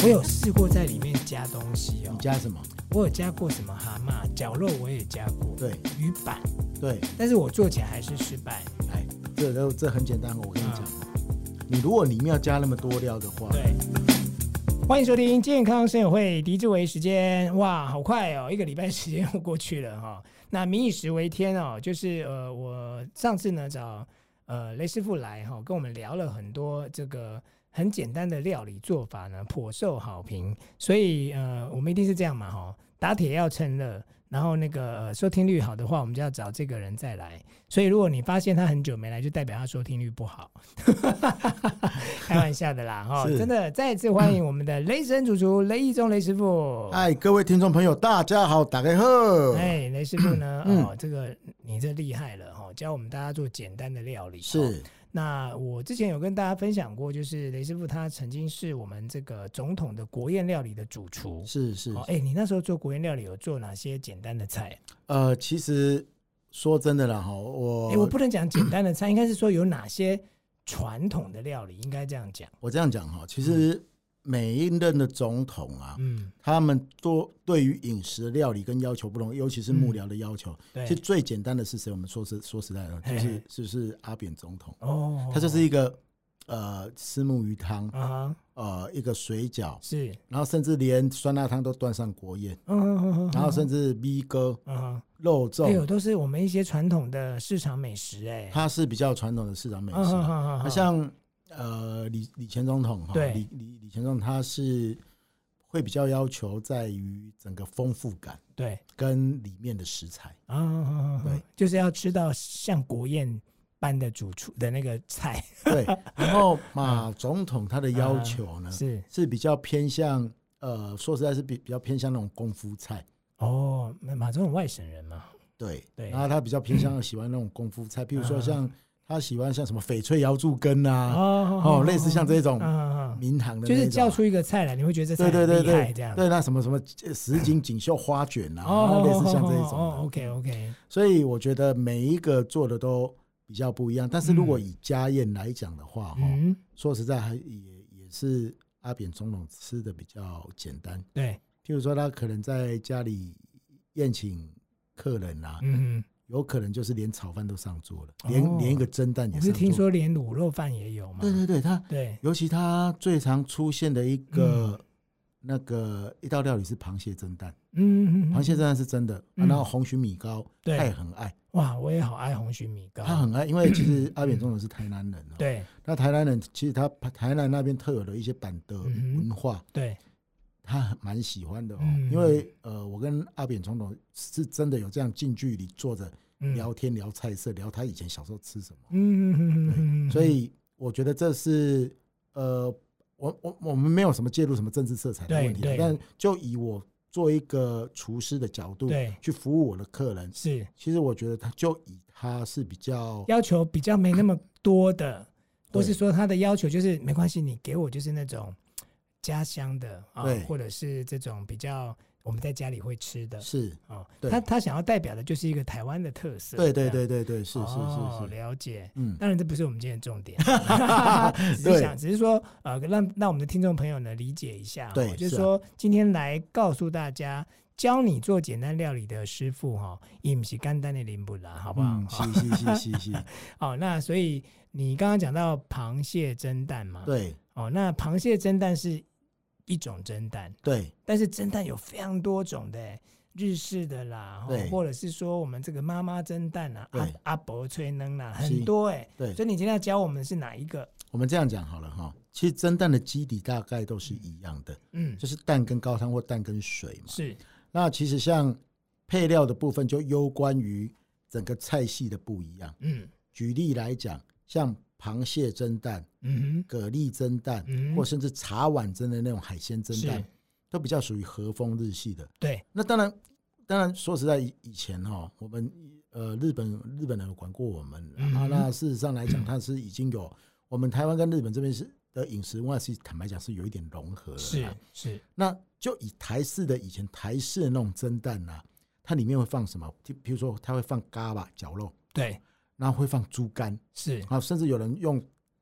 我有试过在里面加东西哦。 你加什么？ 我有加过什么蛤蟆、绞肉，我也加过。 对， 鱼板。 对， 但是我做起来还是失败。 哎，这很简单，我跟你讲，你如果里面要加那么多料的话， 对。欢迎收听健康生友会狄志为时间，哇，好快哦，一个礼拜时间又过去了哈、哦。那民以食为天哦，就是我上次呢找雷师傅来哈、跟我们聊了很多这个很简单的料理做法呢，颇受好评。所以我们一定是这样嘛哈，打铁要趁热。然后那个收听率好的话，我们就要找这个人再来。所以如果你发现他很久没来，就代表他收听率不好。开玩笑的啦哈，真的再次欢迎我们的雷神主厨雷义忠雷师傅。 嗨，各位听众朋友，大家好，大家好。 哎，雷师傅呢？这个你这厉害了哈，教我们大家做简单的料理。 是。 那我之前有跟大家分享过，就是雷师傅他曾经是我们这个总统的国宴料理的主厨。 是。 你那时候做国宴料理有做哪些简单的菜？ 其实说真的啦哈，我不能讲简单的菜，应该是说有哪些传统的料理，应该这样讲。 我这样讲哈，其实每一任的总统啊，他们都对于饮食料理跟要求不同，尤其是幕僚的要求。其实最简单的是谁？我们说实在的，就是阿扁总统。他就是一个虱目鱼汤，一个水饺，是，然后甚至连酸辣汤都端上国宴，然后甚至米糕、肉粽， 都是我们一些传统的市场美食。 它是比较传统的市场美食。像李前总统，李前总统他是会比较要求在于整个丰富感，对，跟里面的食材， 对，就是要吃到像国宴般的主厨的那个菜。对， 然后马总统他的要求呢，是比较偏向说实在是比较偏向那种功夫菜。 马总统外省人嘛， 对，然后他比较偏向喜欢那种功夫菜，譬如说像他喜欢像什么翡翠瑶柱羹啊，类似像这种名堂的那种， 就是叫出一个菜来，你会觉得这菜很厉害这样。 对，那什么什锦锦绣花卷啊，类似像这种。 OK。 所以我觉得每一个做的都比较不一样，但是如果以家宴来讲的话，说实在也是阿扁总统吃的比较简单。对，譬如说他可能在家里宴请客人啊，有可能就是连炒饭都上桌了，连一个蒸蛋也上桌。 我是听说连卤肉饭也有嘛？ 对，尤其他最常出现的一个那个一道料理是螃蟹蒸蛋。螃蟹蒸蛋是真的，然后红鲟米糕他也很爱。 哇，我也好爱红鲟米糕。 他很爱，因为其实阿扁总统是台南人。对，那台南人其实他台南那边特有的一些版的文化，对，他蛮喜欢的。因为我跟阿扁总统是真的有这样近距离坐着聊天，聊菜色，聊他以前小时候吃什么。所以我觉得这是我们没有什么介入什么政治色彩的问题，但就以我做一个厨师的角度去服务我的客人，是，其实我觉得他是比较要求比较没那么多的，或是说他的要求就是没关系，你给我就是那种家乡的或者是这种比较我们在家里会吃的，是他想要代表的就是一个台湾的特色。对， 是了解。当然这不是我们今天的重点，只是说让我们的听众朋友呢理解一下。对，就是说今天来告诉大家，教你做简单料理的师傅也不是简单的零不啦，好不好？ 是。 那所以你刚刚讲到螃蟹蒸蛋嘛？对。那螃蟹蒸蛋是一种蒸蛋，对，但是蒸蛋有非常多种的，日式的啦，或者是说我们这个妈妈蒸蛋啊，阿伯吹嫩啦，很多对，所以你今天要教我们是哪一个？ 我们这样讲好了哈，其实蒸蛋的基底大概都是一样的，就是蛋跟高汤或蛋跟水嘛。是，那其实像配料的部分就攸关于整个菜系的不一样。举例来讲，像螃蟹蒸蛋、蛤蜊蒸蛋，或甚至茶碗蒸的那种海鲜蒸蛋，都比较属于和风日系的。对，那当然说实在，以前我们日本人有管过我们，那事实上来讲，它是已经有我们台湾跟日本这边的饮食文化是坦白讲是有一点融合了。是，那就以以前台式的那种蒸蛋啊，它里面会放什么？比如说它会放嘎吧绞肉，对。然后会放猪肝，是，甚至有人用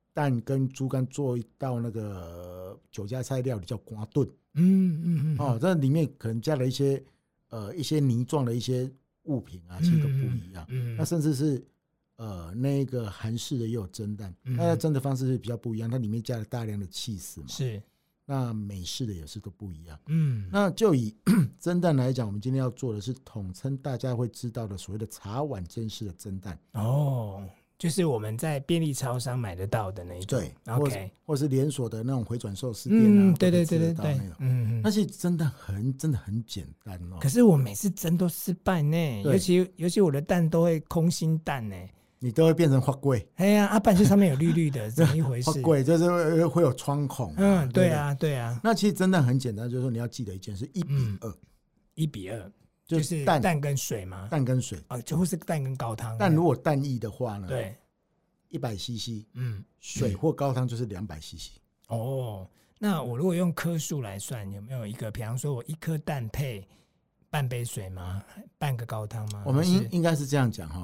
蛋跟猪肝做一道那个酒家菜料理叫瓜炖。这里面可能加了一些泥状的一些物品啊，其实都不一样。那甚至是那个韩式的也有蒸蛋，那蒸的方式是比较不一样，它里面加了大量的起司嘛。是。那美式的也是都不一样。那就以蒸蛋来讲，我们今天要做的是统称大家会知道的所谓的茶碗蒸式的蒸蛋。 就是我们在便利超商买得到的那一种。 对 ，OK， 或是连锁的那种回转寿司店啊， 对， 那其实蒸蛋真的很简单哦。 可是我每次蒸都失败呢，尤其我的蛋都会空心蛋呢。 你都会变成花桂。 哎呀，半就上面有绿绿的，怎么一回事？ 花桂就是会有窗孔。 对啊。那其实蒸蛋很简单，就是说你要记得一件事，1:2，1:2， 就是蛋跟水吗？ 蛋跟水就或是蛋跟高汤。 但如果蛋液的话呢？ 对 ，100cc，水或高汤就是200cc。 那我如果用颗数来算，有没有一个？比方说，我一颗蛋配半杯水吗？半个高汤吗？ 我们应该是这样讲哈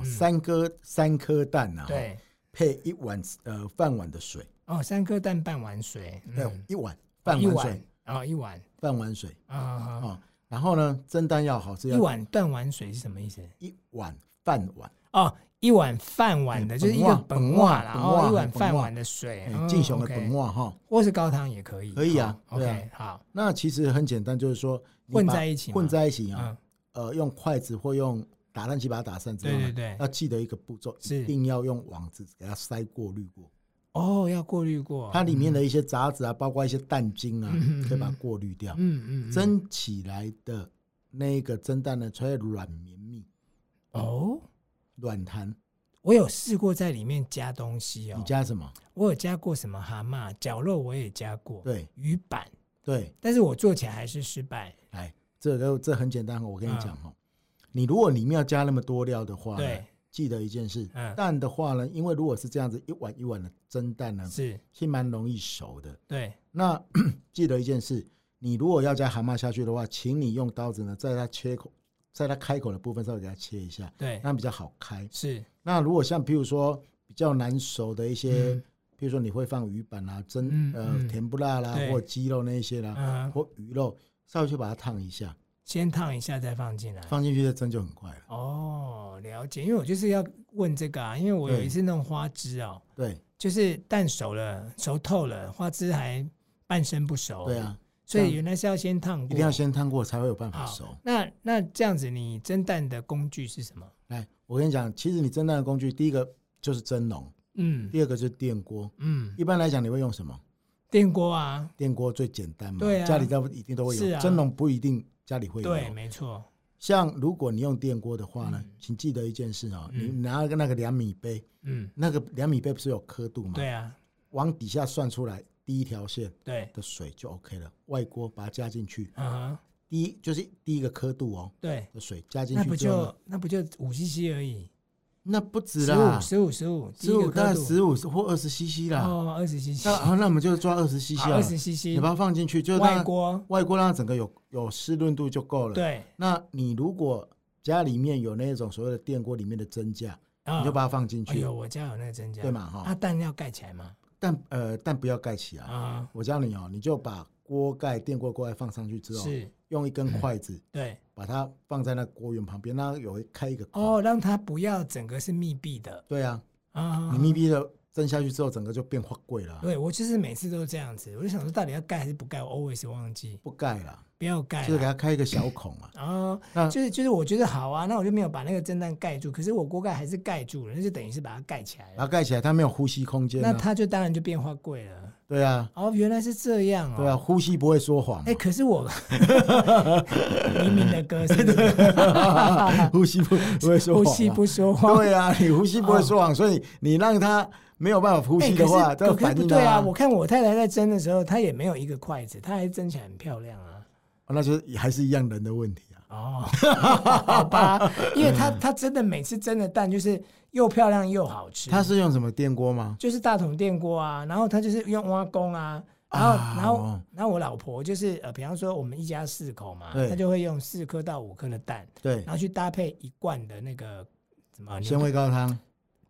，3颗蛋啊，对，配1碗饭碗的水。 3颗蛋半碗水， 对，1碗饭碗水 ，1碗饭碗水然后呢，蒸蛋要好是要 1碗半碗水是什么意思 ？1碗饭碗 1碗饭碗的，就是一个本碗啦，1碗饭碗的水， 敬雄的本碗哈， 或是高汤也可以， 可以啊。 OK， 好， 那其实很简单，就是说混在一起啊，用筷子或用打蛋器把它打散之后，对，要记得一个步骤，一定要用网子给它筛过滤过。 要过滤过， 它里面的一些杂质啊，包括一些蛋精啊，可以把它过滤掉。蒸起来的那个蒸蛋呢，才会软绵密。软弹。 我有试过在里面加东西你加什么？ 我有加过什么蛤蟆、绞肉，我也加过。 对， 鱼板。 对， 但是我做起来还是失败。 这很简单，我跟你讲你如果里面要加那么多料的话，对，记得一件事，蛋的话呢，因为如果是这样子一碗一碗的蒸蛋呢，是蛮容易熟的。对，那记得一件事，你如果要加蛤蟆下去的话，请你用刀子呢，在它开口的部分稍微给它切一下，对，那比较好开。是，那如果像譬如说比较难熟的一些，譬如说你会放鱼板啊、甜不辣啦，或鸡肉那一些啦，或鱼肉，稍微去把它烫一下。 先烫一下再放进来， 放进去再蒸就很快了。 了解。因为我就是要问这个啊，因为我有一次弄花枝对， 就是蛋熟了，熟透了，花枝还半生不熟。 对啊， 所以原来是要先烫过， 一定要先烫过才会有办法熟。 那这样子，你蒸蛋的工具是什么？ 来，我跟你讲，其实你蒸蛋的工具，第一个就是蒸笼，第二个就是电锅，一般来讲你会用什么？ 电锅啊， 电锅最简单嘛， 对啊， 家里一定都会有，蒸笼不一定家里会有。 对，没错。 像如果你用电锅的话呢，请记得一件事你拿那个2米杯，那个2米杯不是有刻度吗？ 对啊， 往底下算出来第一条线的水就 OK 了。外锅把它加进去，就是第一个刻度对的水加进去之后， 那不就5cc 而已。 那不止啦 ，15， 大概15或20cc 啦。 20cc。 那我们就抓20cc 啊 ，20cc， 你把它放进去，就外锅让它整个有湿润度就够了。对。那你如果家里面有那种所谓的电锅里面的蒸架，你就把它放进去。 我家有那个蒸架， 对嘛？ 蛋要盖起来吗？ 蛋不要盖起来我教你你就把电锅锅盖放上去之后，用一根筷子，对，把它放在那锅源旁边，让它开一个孔让它不要整个是密闭的。 对啊，你密闭的蒸下去之后，整个就变花桂了。 对，我就是每次都是这样子，我就想说到底要盖还是不盖，我 always 忘记不盖了。 不要盖， 就是给它开一个小孔嘛。 就是我觉得好啊，那我就没有把那个蒸蛋盖住，可是我锅盖还是盖住了，那就等于是把它盖起来了。 把它盖起来，它没有呼吸空间， 那它就当然就变花桂了。 对啊。 原来是这样对啊，呼吸不会说谎。 可是我黎明的歌是不是呼吸不会说谎， 呼吸不说谎。 对啊，你呼吸不会说谎，所以你让它没有办法呼吸的话，这个反应对啊。我看我太太在蒸的时候，她也没有一个筷子，她还蒸起来很漂亮啊。 那就还是一样人的问题好吧，因为他真的每次蒸的蛋就是又漂亮又好吃。 他是用什么电锅吗？ 就是大同电锅啊，然后他就是用挖工啊，然后我老婆就是比方说我们一家4口嘛，他就会用4颗到5颗的蛋，对，然后去搭配1罐的那个什么鲜味高汤。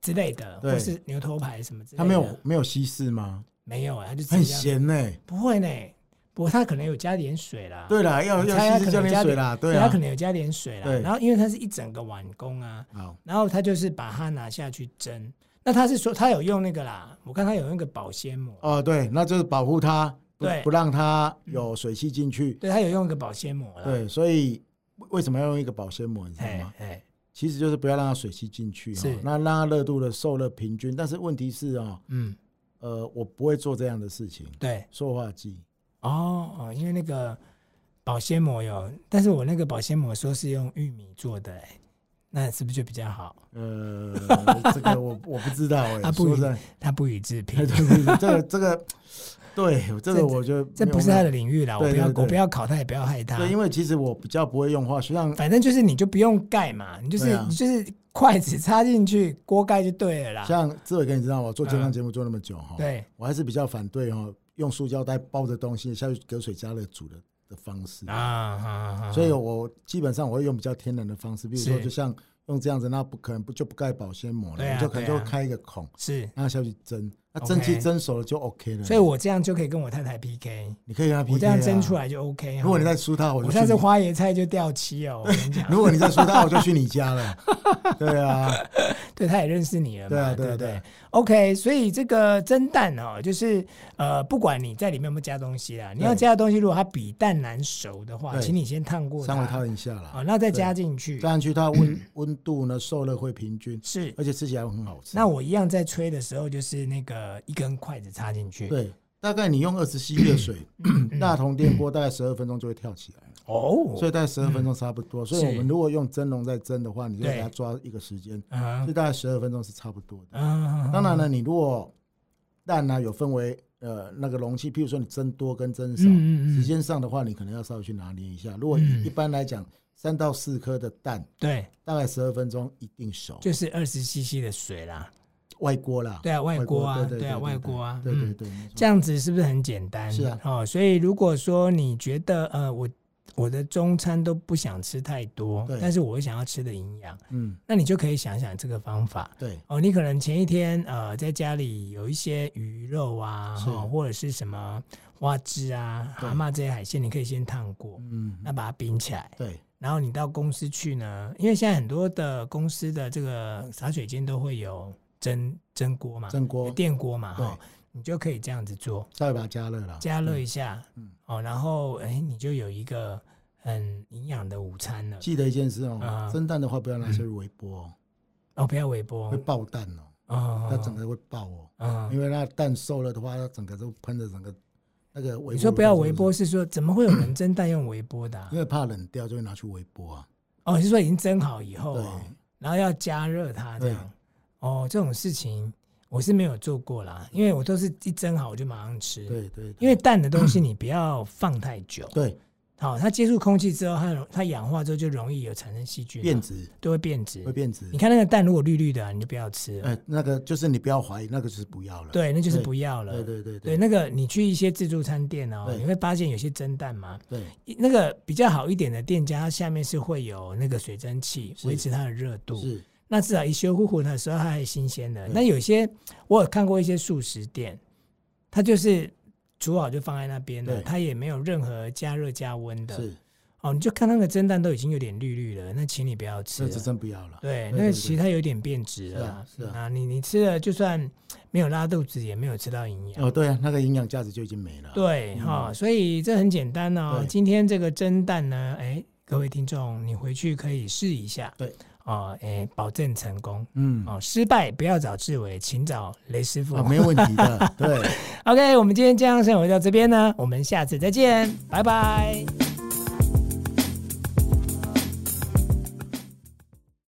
之类的，或是牛头牌什么之类的。 它没有稀释吗？ 没有，它就很咸呢。 不会呢，不过它可能有加点水啦。 对啦，要稀释加点水啦，对啊， 它可能有加点水啦。然后因为它是一整个碗公啊，然后它就是把它拿下去蒸。那他是说他有用那个啦，我看他有用那个保鲜膜。哦， 对，那就是保护它，不让它有水汽进去。 对，他有用一个保鲜膜啦。 对，所以为什么要用一个保鲜膜？你知道吗？其实就是不要让它水汽进去，那让它热度的受热平均。但是问题是我不会做这样的事情。 对， 塑化剂。 因为那个保鲜膜有，但是我那个保鲜膜说是用玉米做的，那是不是就比较好？ 这个我不知道他不予置评。 这个，对，这个我觉得这不是他的领域啦。我不要考他，也不要害他。 对，因为其实我比较不会用化学， 反正就是你就不用盖嘛，你就是筷子插进去，锅盖就对了啦。 像志伟哥，你知道我做健康节目做那么久对， 我还是比较反对用塑胶袋包着东西下去隔水加热煮的方式所以我基本上我会用比较天然的方式，比如说就像用这样子，那不可能就不盖保鲜膜了，我就可能就开一个孔， 是让它下去蒸，那蒸汽蒸熟了就 OK 了。 所以我这样就可以跟我太太 PK， 你可以跟她 PK， 我这样蒸出来就 OK。 如果你再输她， 我下次花椰菜就掉漆哦。我跟你讲， 如果你再输她，我就去你家了。对啊， 对，他也认识你了嘛， 对不对 ？OK， 所以这个蒸蛋就是不管你在里面有没有加东西啦，你要加的东西，如果它比蛋难熟的话，请你先烫过它， 稍微烫一下啦， 那再加进去， 加进去它温度呢受热会平均， 是， 而且吃起来会很好吃。 那我一样在吹的时候，就是那个一根筷子插进去， 对，大概你用20cc 热水，大同电锅大概12分钟就会跳起来。所以大概12分钟差不多。所以我们如果用蒸笼在蒸的话，你就给它抓一个时间，就大概12分钟是差不多的。当然了，你如果蛋呢有分为那个容器，譬如说你蒸多跟蒸少，时间上的话，你可能要稍微去拿捏一下。如果一般来讲，3到4颗的蛋， 对， 大概12分钟一定熟， 就是 20cc 的水啦。 外锅啦， 对啊，外锅啊，对啊，外锅啊， 对， 这样子是不是很简单？ 是啊， 所以如果说你觉得我的中餐都不想吃太多，但是我想要吃的营养，那你就可以想想这个方法。 对， 你可能前一天在家里有一些鱼肉啊，或者是什么花枝啊、蛤蟆这些海鲜，你可以先烫过，那把它冰起来。 对。 然后你到公司去呢，因为现在很多的公司的这个洒水间都会有蒸锅嘛，电锅嘛，你就可以这样子做， 稍微把它加热了， 加热一下，然后你就有一个很营养的午餐了。 记得一件事蒸蛋的话不要拿去微波不要微波， 会爆蛋它整个会爆因为那蛋熟了的话，它整个都喷着整个那个微波。 你说不要微波是说怎么会有人蒸蛋用微波的？ 因为怕冷掉，就会拿去微波你是说已经蒸好以后然后要加热它这样？这种事情我是没有做过啦，因为我都是一蒸好我就马上吃。 对， 因为蛋的东西你不要放太久。 对， 它接触空气之后，它氧化之后就容易有产生细菌， 变质， 都会变质。你看那个蛋如果绿绿的，你就不要吃了。 那个就是你不要怀疑，那个就是不要了。 对，那就是不要了。对，那个你去一些自助餐店你会发现有些蒸蛋嘛， 对， 那个比较好一点的店家，它下面是会有那个水蒸气维持它的热度。 是。 那至少一修糊糊的时候它还新鲜的。那有些我有看过一些素食店，它就是煮好就放在那边了，它也没有任何加热加温的。是你就看那个蒸蛋都已经有点绿绿了，那请你不要吃了， 那真不要了。 对，那其实它有点变质了。是啊，你吃了就算没有拉肚子，也没有吃到营养。 对啊，那个营养价值就已经没了。 对所以这很简单今天这个蒸蛋呢，各位听众，你回去可以试一下。对。保证成功。失败不要找志伟，请找雷师傅。 没问题的。对。 OK， 我们今天健康生活到这边呢，我们下次再见，拜拜。